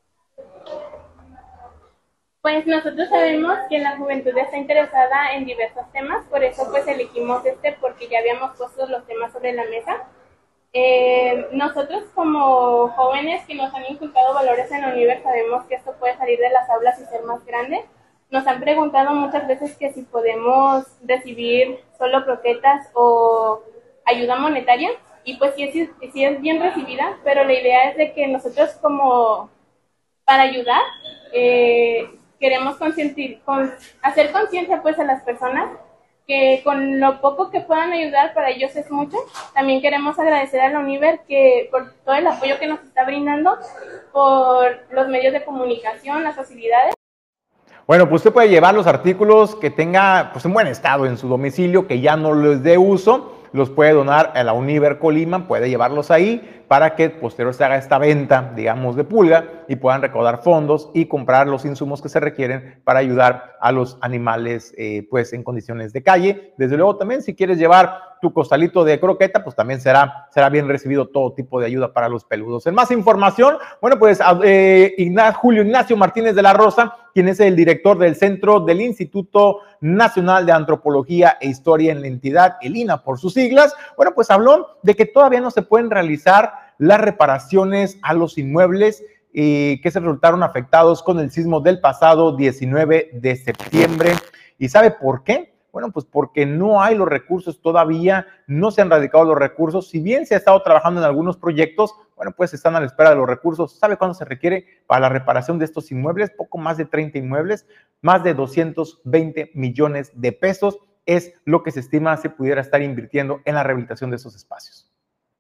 Pues nosotros sabemos que la juventud está interesada en diversos temas, por eso pues elegimos porque ya habíamos puesto los temas sobre la mesa. Nosotros como jóvenes que nos han inculcado valores en la Univer sabemos que esto puede salir de las aulas y ser más grande. Nos han preguntado muchas veces que si podemos recibir solo croquetas o ayuda monetaria, y pues sí es bien recibida, pero la idea es de que nosotros como para ayudar queremos hacer conciencia pues a las personas que con lo poco que puedan ayudar para ellos es mucho. También queremos agradecer a la Univer por todo el apoyo que nos está brindando, por los medios de comunicación, las facilidades. Bueno, pues usted puede llevar los artículos que tenga pues en buen estado en su domicilio, que ya no les dé uso, los puede donar a la Univer Colima, puede llevarlos ahí para que posterior se haga esta venta, digamos, de pulga y puedan recaudar fondos y comprar los insumos que se requieren para ayudar a los animales pues en condiciones de calle. Desde luego también si quieres llevar tu costalito de croqueta, pues también será bien recibido todo tipo de ayuda para los peludos. En más información, bueno, pues Julio Ignacio Martínez de la Rosa, quien es el director del Centro del Instituto Nacional de Antropología e Historia en la entidad, el INAH por sus siglas, bueno, pues habló de que todavía no se pueden realizar las reparaciones a los inmuebles que se resultaron afectados con el sismo del pasado 19 de septiembre. ¿Y sabe por qué? Bueno, pues porque no hay los recursos todavía, no se han radicado los recursos. Si bien se ha estado trabajando en algunos proyectos, bueno, pues están a la espera de los recursos. ¿Sabe cuánto se requiere para la reparación de estos inmuebles? Poco más de 30 inmuebles, más de 220 millones de pesos es lo que se estima se pudiera estar invirtiendo en la rehabilitación de esos espacios.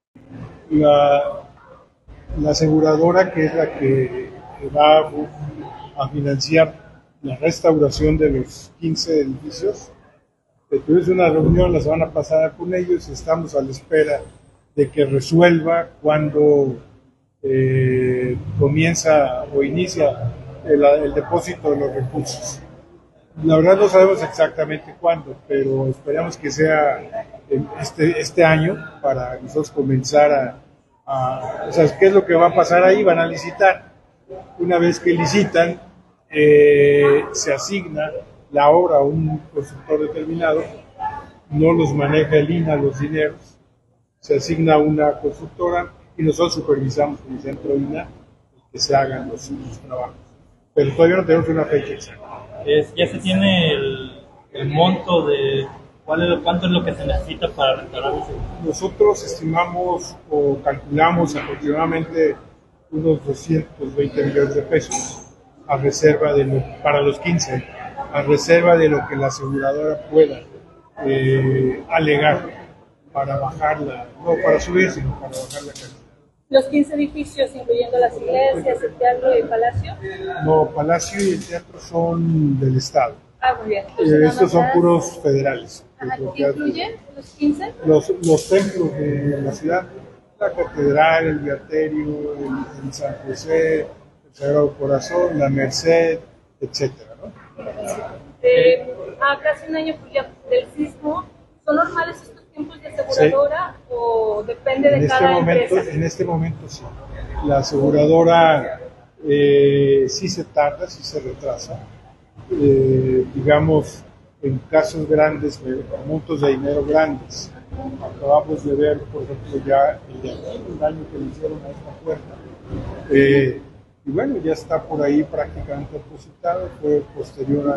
La aseguradora, que es la que va a financiar la restauración de los 15 edificios, tuvimos una reunión la semana pasada con ellos y estamos a la espera de que resuelva cuando comienza o inicia el depósito de los recursos. La verdad no sabemos exactamente cuándo, pero esperamos que sea este año para nosotros comenzar o sea, ¿qué es lo que va a pasar ahí? Van a licitar. Una vez que licitan, se asigna la obra a un constructor determinado, no los maneja el INAH los dineros, se asigna a una constructora y nosotros supervisamos con el centro INAH que se hagan los trabajos. Pero todavía no tenemos una fecha exacta. Ya se tiene el monto de cuánto es lo que se necesita para restaurar ese. Nosotros estimamos o calculamos aproximadamente unos 220 millones de pesos a reserva para los 15, a reserva de lo que la aseguradora pueda alegar. para bajarla, no para subir, sino para bajar la calidad. Los 15 edificios, incluyendo las iglesias, el teatro y el palacio. No, Palacio y el teatro son del Estado. Muy bien. Estos son puros federales. ¿Qué incluyen los 15? Los templos de la ciudad, la catedral, el Beaterio, el San José, el Sagrado Corazón, la Merced, etcétera, ¿no? Casi un año del sismo, ¿son normales estos tiempos de aseguradora o depende de cada empresa? En este momento sí. La aseguradora sí se tarda, sí se retrasa. Digamos, en casos grandes, montos de dinero grandes. Acabamos de ver, por ejemplo, ya el daño que le hicieron a esta puerta. Y bueno, ya está por ahí prácticamente depositado, fue posterior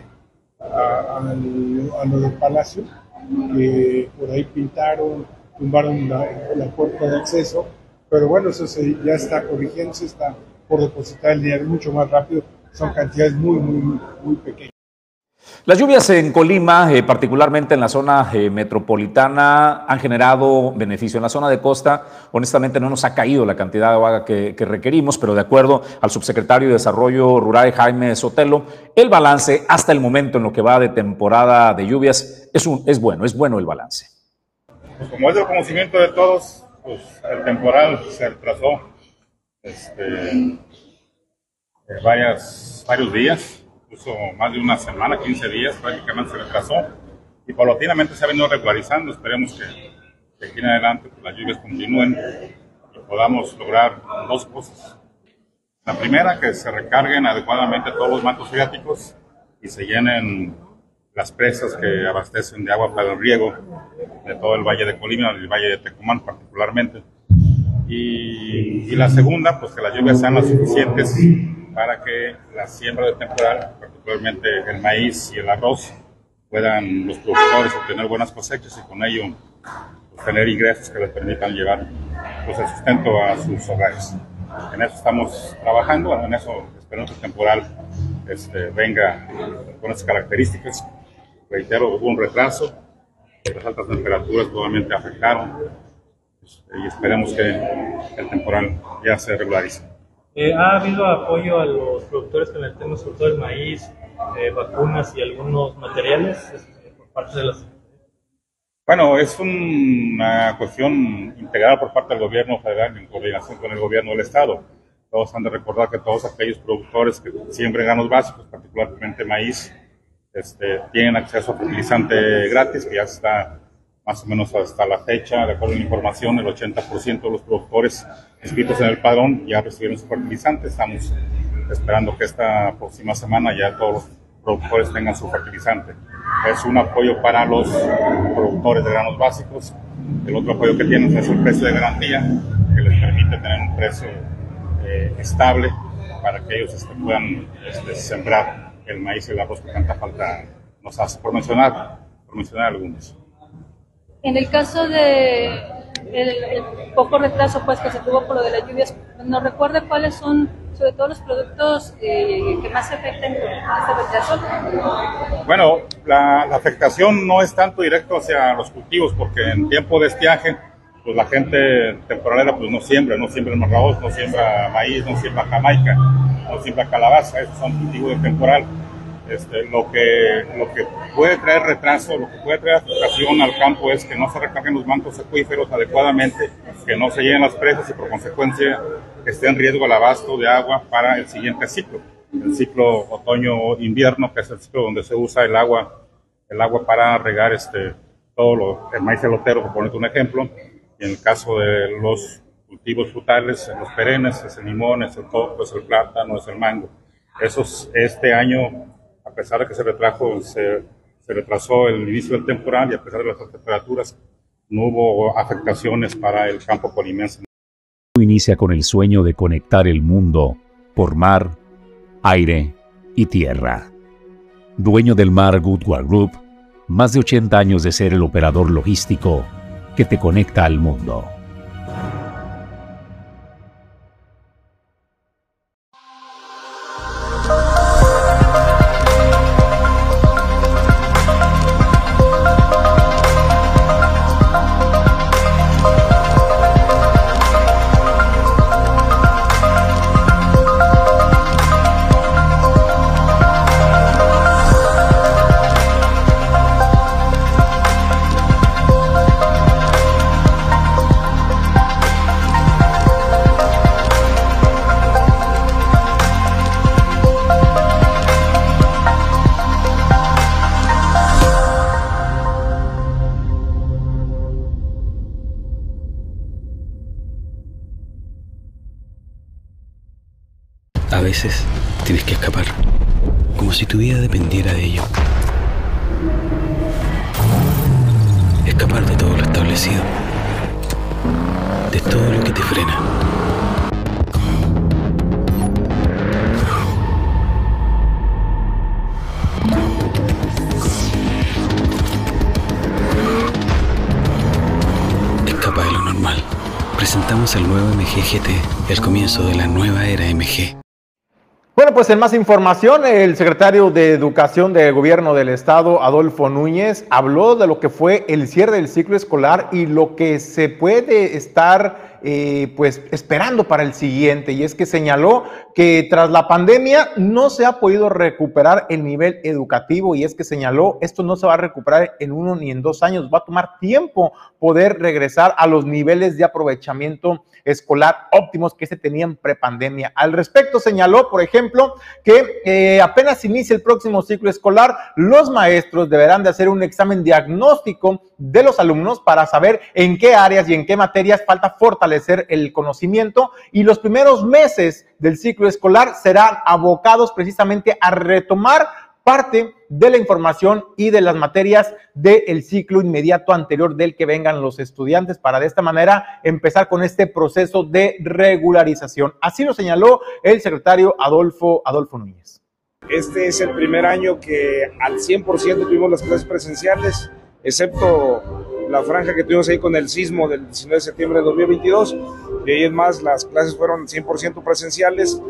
a lo del Palacio, que por ahí pintaron, tumbaron la puerta de acceso, pero bueno, eso ya está corrigiéndose, está por depositar el dinero mucho más rápido, son cantidades muy pequeñas. Las lluvias en Colima, particularmente en la zona metropolitana, han generado beneficio. En la zona de costa, honestamente, no nos ha caído la cantidad de agua que requerimos, pero de acuerdo al subsecretario de Desarrollo Rural, Jaime Sotelo, el balance hasta el momento en lo que va de temporada de lluvias es bueno el balance. Pues como es del conocimiento de todos, pues el temporal se retrasó varios días. Incluso más de una semana, 15 días prácticamente se retrasó y paulatinamente se ha venido regularizando. Esperemos que de aquí en adelante pues, las lluvias continúen y podamos lograr dos cosas. La primera, que se recarguen adecuadamente todos los mantos freáticos y se llenen las presas que abastecen de agua para el riego de todo el Valle de Colima, el Valle de Tecomán particularmente. Y la segunda, pues que las lluvias sean las suficientes para que la siembra de temporal, particularmente el maíz y el arroz, puedan los productores obtener buenas cosechas y con ello pues, tener ingresos que les permitan llevar pues, el sustento a sus hogares. En eso estamos trabajando, en eso esperamos que el temporal venga con estas características. Reitero, hubo un retraso, las altas temperaturas probablemente afectaron y esperemos que el temporal ya se regularice. ¿Ha habido apoyo a los productores con el tema, sobre todo el maíz, vacunas y algunos materiales por parte de las... Bueno, es una cuestión integrada por parte del gobierno federal en coordinación con el gobierno del estado. Todos han de recordar que todos aquellos productores que siembran granos básicos, particularmente maíz, tienen acceso a fertilizante gratis, que ya está más o menos hasta la fecha, de acuerdo a la información, el 80% de los productores inscritos en el padrón ya recibieron su fertilizante. Estamos esperando que esta próxima semana ya todos los productores tengan su fertilizante. Es un apoyo para los productores de granos básicos. El otro apoyo que tienen es el precio de garantía, que les permite tener un precio estable para que ellos puedan sembrar el maíz y el arroz que tanta falta nos hace, por mencionar algunos. En el caso de el poco retraso pues que se tuvo por lo de las lluvias, ¿nos recuerda cuáles son sobre todo los productos que más se afectan con este retraso? Bueno, la afectación no es tanto directo hacia los cultivos, porque en tiempo de estiaje pues la gente temporalera pues no siembra el arroz, no siembra maíz, no siembra jamaica, no siembra calabaza, esos son cultivos de temporal. Lo que puede traer retraso, lo que puede traer afectación al campo es que no se recarguen los mantos acuíferos adecuadamente, que no se llenen las presas y por consecuencia esté en riesgo el abasto de agua para el siguiente ciclo, el ciclo otoño-invierno, que es el ciclo donde se usa el agua para regar el maíz elotero, por ponerte un ejemplo, y en el caso de los cultivos frutales, los perennes, es el limón, es el coco, es el plátano, es el mango. Esos este año, a pesar de que se retrasó el inicio del temporal y a pesar de las temperaturas, no hubo afectaciones para el campo colimense. Inicia con el sueño de conectar el mundo por mar, aire y tierra. Dueño del Mar Goodward Group, más de 80 años de ser el operador logístico que te conecta al mundo. A veces tienes que escapar, como si tu vida dependiera de ello. Escapar de todo lo establecido, de todo lo que te frena. Escapa de lo normal. Presentamos el nuevo MG GT, el comienzo de la nueva era MG. Bueno, pues en más información, el secretario de Educación del Gobierno del Estado, Adolfo Núñez, habló de lo que fue el cierre del ciclo escolar y lo que se puede estar pues esperando para el siguiente, y es que señaló que tras la pandemia no se ha podido recuperar el nivel educativo, y es que señaló esto no se va a recuperar en 1 ni en 2 años, va a tomar tiempo poder regresar a los niveles de aprovechamiento escolar óptimos que se tenían prepandemia. Al respecto señaló, por ejemplo, que apenas inicia el próximo ciclo escolar, los maestros deberán de hacer un examen diagnóstico de los alumnos para saber en qué áreas y en qué materias falta fortalecer el conocimiento, y los primeros meses del ciclo escolar serán abocados precisamente a retomar parte de la información y de las materias del ciclo inmediato anterior del que vengan los estudiantes, para de esta manera empezar con este proceso de regularización. Así lo señaló el secretario Adolfo Núñez. Este es el primer año que al 100% tuvimos las clases presenciales, excepto la franja que tuvimos ahí con el sismo del 19 de septiembre de 2022. De ahí en más, las clases fueron 100% presenciales.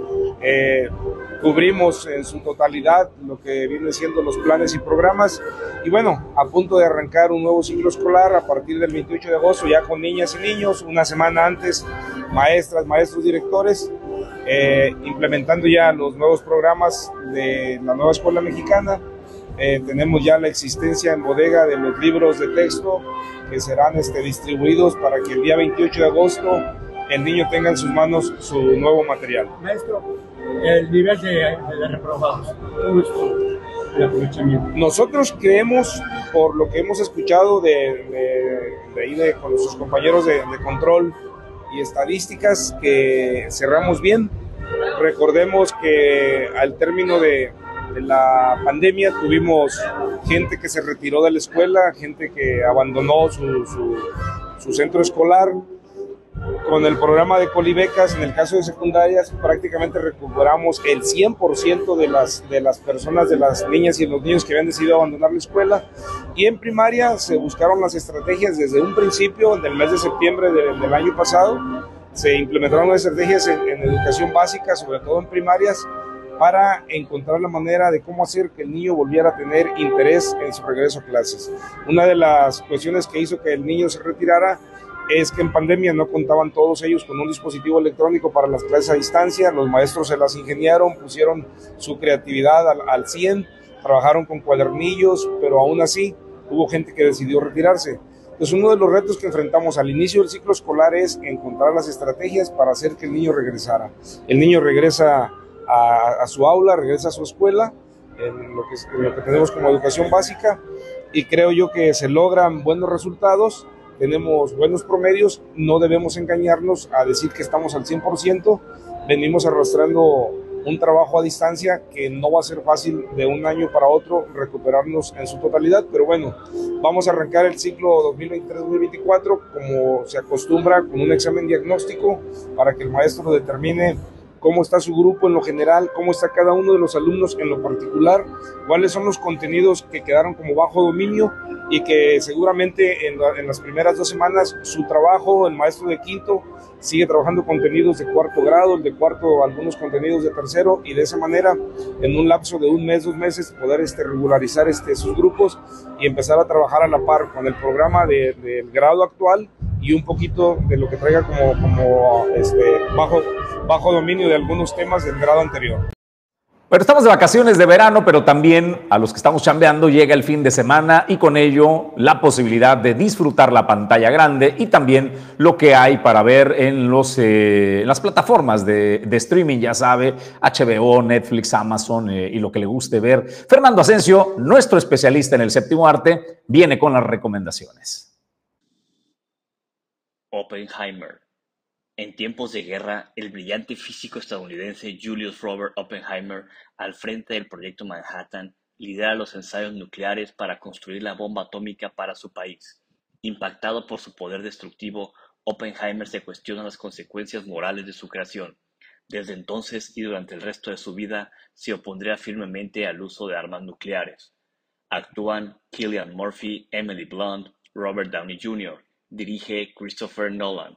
Cubrimos en su totalidad lo que vienen siendo los planes y programas. Y bueno, a punto de arrancar un nuevo ciclo escolar a partir del 28 de agosto, ya con niñas y niños, una semana antes, maestras, maestros, directores, implementando ya los nuevos programas de la nueva escuela mexicana. Tenemos ya la existencia en bodega de los libros de texto que serán distribuidos para que el día 28 de agosto el niño tenga en sus manos su nuevo material. Maestro, el nivel de reprobados, ¿cómo es el aprovechamiento? Nosotros creemos, por lo que hemos escuchado con nuestros compañeros de control y estadísticas, que cerramos bien. Recordemos que al término de la pandemia tuvimos gente que se retiró de la escuela, gente que abandonó su centro escolar. Con el programa de Colibecas, en el caso de secundarias, prácticamente recuperamos el 100% de las personas, de las niñas y los niños que habían decidido abandonar la escuela. Y en primaria se buscaron las estrategias desde un principio, en el mes de septiembre del año pasado. Se implementaron las estrategias en educación básica, sobre todo en primarias, para encontrar la manera de cómo hacer que el niño volviera a tener interés en su regreso a clases. Una de las cuestiones que hizo que el niño se retirara es que en pandemia no contaban todos ellos con un dispositivo electrónico para las clases a distancia. Los maestros se las ingeniaron, pusieron su creatividad al 100, trabajaron con cuadernillos, pero aún así hubo gente que decidió retirarse. Entonces, uno de los retos que enfrentamos al inicio del ciclo escolar es encontrar las estrategias para hacer que el niño regresara. El niño regresa a su aula, regresa a su escuela, en lo que tenemos como educación básica, y creo yo que se logran buenos resultados. Tenemos buenos promedios, no debemos engañarnos a decir que estamos al 100%, venimos arrastrando un trabajo a distancia que no va a ser fácil de un año para otro recuperarnos en su totalidad, pero bueno, vamos a arrancar el ciclo 2023-2024 como se acostumbra, con un examen diagnóstico para que el maestro determine cómo está su grupo en lo general, cómo está cada uno de los alumnos en lo particular, cuáles son los contenidos que quedaron como bajo dominio, y que seguramente en las primeras 2 semanas su trabajo, el maestro de quinto sigue trabajando contenidos de 4º grado, el de cuarto algunos contenidos de 3º, y de esa manera en un lapso de 1 mes, 2 meses poder regularizar sus grupos y empezar a trabajar a la par con el programa del grado actual y un poquito de lo que traiga como bajo dominio de algunos temas del grado anterior. Pero estamos de vacaciones de verano, pero también a los que estamos chambeando llega el fin de semana y con ello la posibilidad de disfrutar la pantalla grande y también lo que hay para ver en las plataformas de streaming, ya sabe, HBO, Netflix, Amazon y lo que le guste ver. Fernando Asensio, nuestro especialista en el séptimo arte, viene con las recomendaciones. Oppenheimer, En tiempos de guerra, el brillante físico estadounidense Julius Robert Oppenheimer, al frente del Proyecto Manhattan, lidera los ensayos nucleares para construir la bomba atómica para su país. Impactado por su poder destructivo, Oppenheimer se cuestiona las consecuencias morales de su creación. Desde entonces y durante el resto de su vida, se opondría firmemente al uso de armas nucleares. Actúan Cillian Murphy, Emily Blunt, Robert Downey Jr., dirige Christopher Nolan.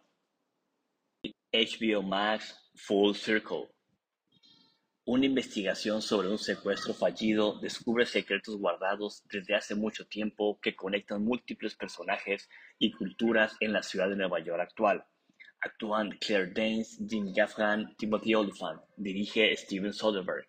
HBO Max Full Circle. Una investigación sobre un secuestro fallido descubre secretos guardados desde hace mucho tiempo que conectan múltiples personajes y culturas en la ciudad de Nueva York actual. Actúan Claire Danes, Jim Gaffigan, Timothy Olyphant. Dirige Steven Soderbergh.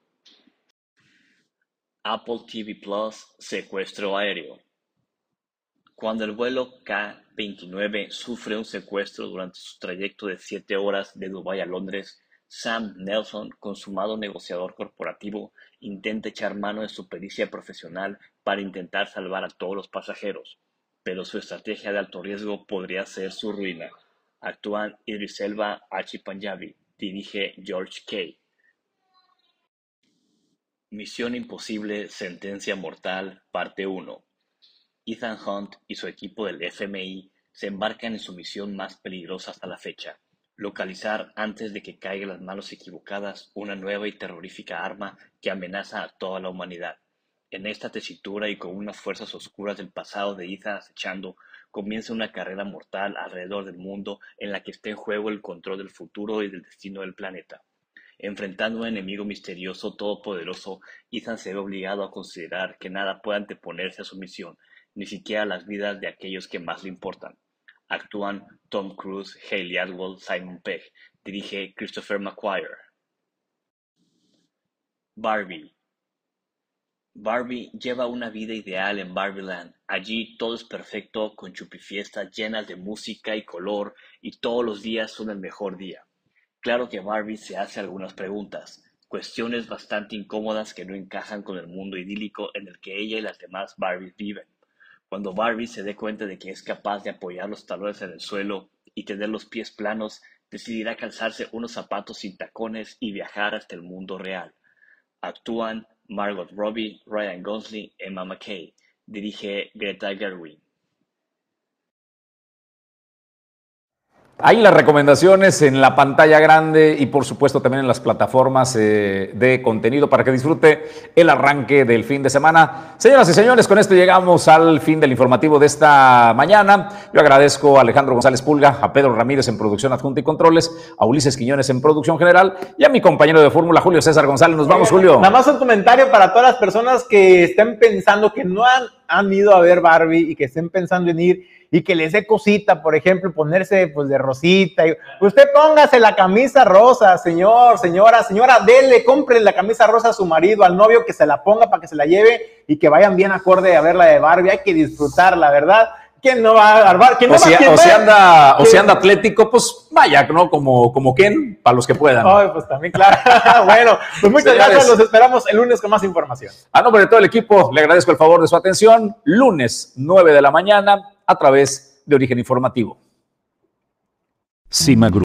Apple TV Plus Secuestro aéreo. Cuando el vuelo K-29 sufre un secuestro durante su trayecto de 7 horas de Dubái a Londres, Sam Nelson, consumado negociador corporativo, intenta echar mano de su pericia profesional para intentar salvar a todos los pasajeros, pero su estrategia de alto riesgo podría ser su ruina. Actúan Idris Elba, Archie Panjabi. Dirige George Kay. Misión Imposible, Sentencia Mortal, Parte 1. Ethan Hunt y su equipo del FMI se embarcan en su misión más peligrosa hasta la fecha: localizar antes de que caiga en las manos equivocadas una nueva y terrorífica arma que amenaza a toda la humanidad. En esta tesitura y con unas fuerzas oscuras del pasado de Ethan acechando, comienza una carrera mortal alrededor del mundo en la que está en juego el control del futuro y del destino del planeta. Enfrentando a un enemigo misterioso todopoderoso, Ethan se ve obligado a considerar que nada puede anteponerse a su misión, ni siquiera las vidas de aquellos que más le importan. Actúan Tom Cruise, Hayley Atwell, Simon Pegg. Dirige Christopher McQuarrie. Barbie. Barbie lleva una vida ideal en Barbieland. Allí todo es perfecto, con chupifiestas llenas de música y color, y todos los días son el mejor día. Claro que Barbie se hace algunas preguntas, cuestiones bastante incómodas que no encajan con el mundo idílico en el que ella y las demás Barbies viven. Cuando Barbie se dé cuenta de que es capaz de apoyar los talones en el suelo y tener los pies planos, decidirá calzarse unos zapatos sin tacones y viajar hasta el mundo real. Actúan Margot Robbie, Ryan Gosling, Emma McKay. Dirige Greta Gerwig. Hay las recomendaciones en la pantalla grande y por supuesto también en las plataformas de contenido para que disfrute el arranque del fin de semana. Señoras y señores, con esto llegamos al fin del informativo de esta mañana. Yo agradezco a Alejandro González Pulga, a Pedro Ramírez en producción adjunta y controles, a Ulises Quiñones en producción general y a mi compañero de fórmula, Julio César González. Nos vamos, Julio. Nada más un comentario para todas las personas que estén pensando que no han ido a ver Barbie y que estén pensando en ir y que les dé cosita, por ejemplo, ponerse pues de rosita. Usted póngase la camisa rosa, señora, dele, compre la camisa rosa a su marido, al novio, que se la ponga para que se la lleve y que vayan bien acorde a ver la de Barbie. Hay que disfrutarla, ¿verdad? ¿Quién no va a Barbie? ¿Quién no va? Si anda atlético, pues vaya, ¿no? Como Ken, para los que puedan. Ay, pues también, claro. Bueno, pues muchas gracias. Los esperamos el lunes con más información. A nombre de todo el equipo, le agradezco el favor de su atención. Lunes, 9 de la mañana, a través de Origen Informativo. Cima Group.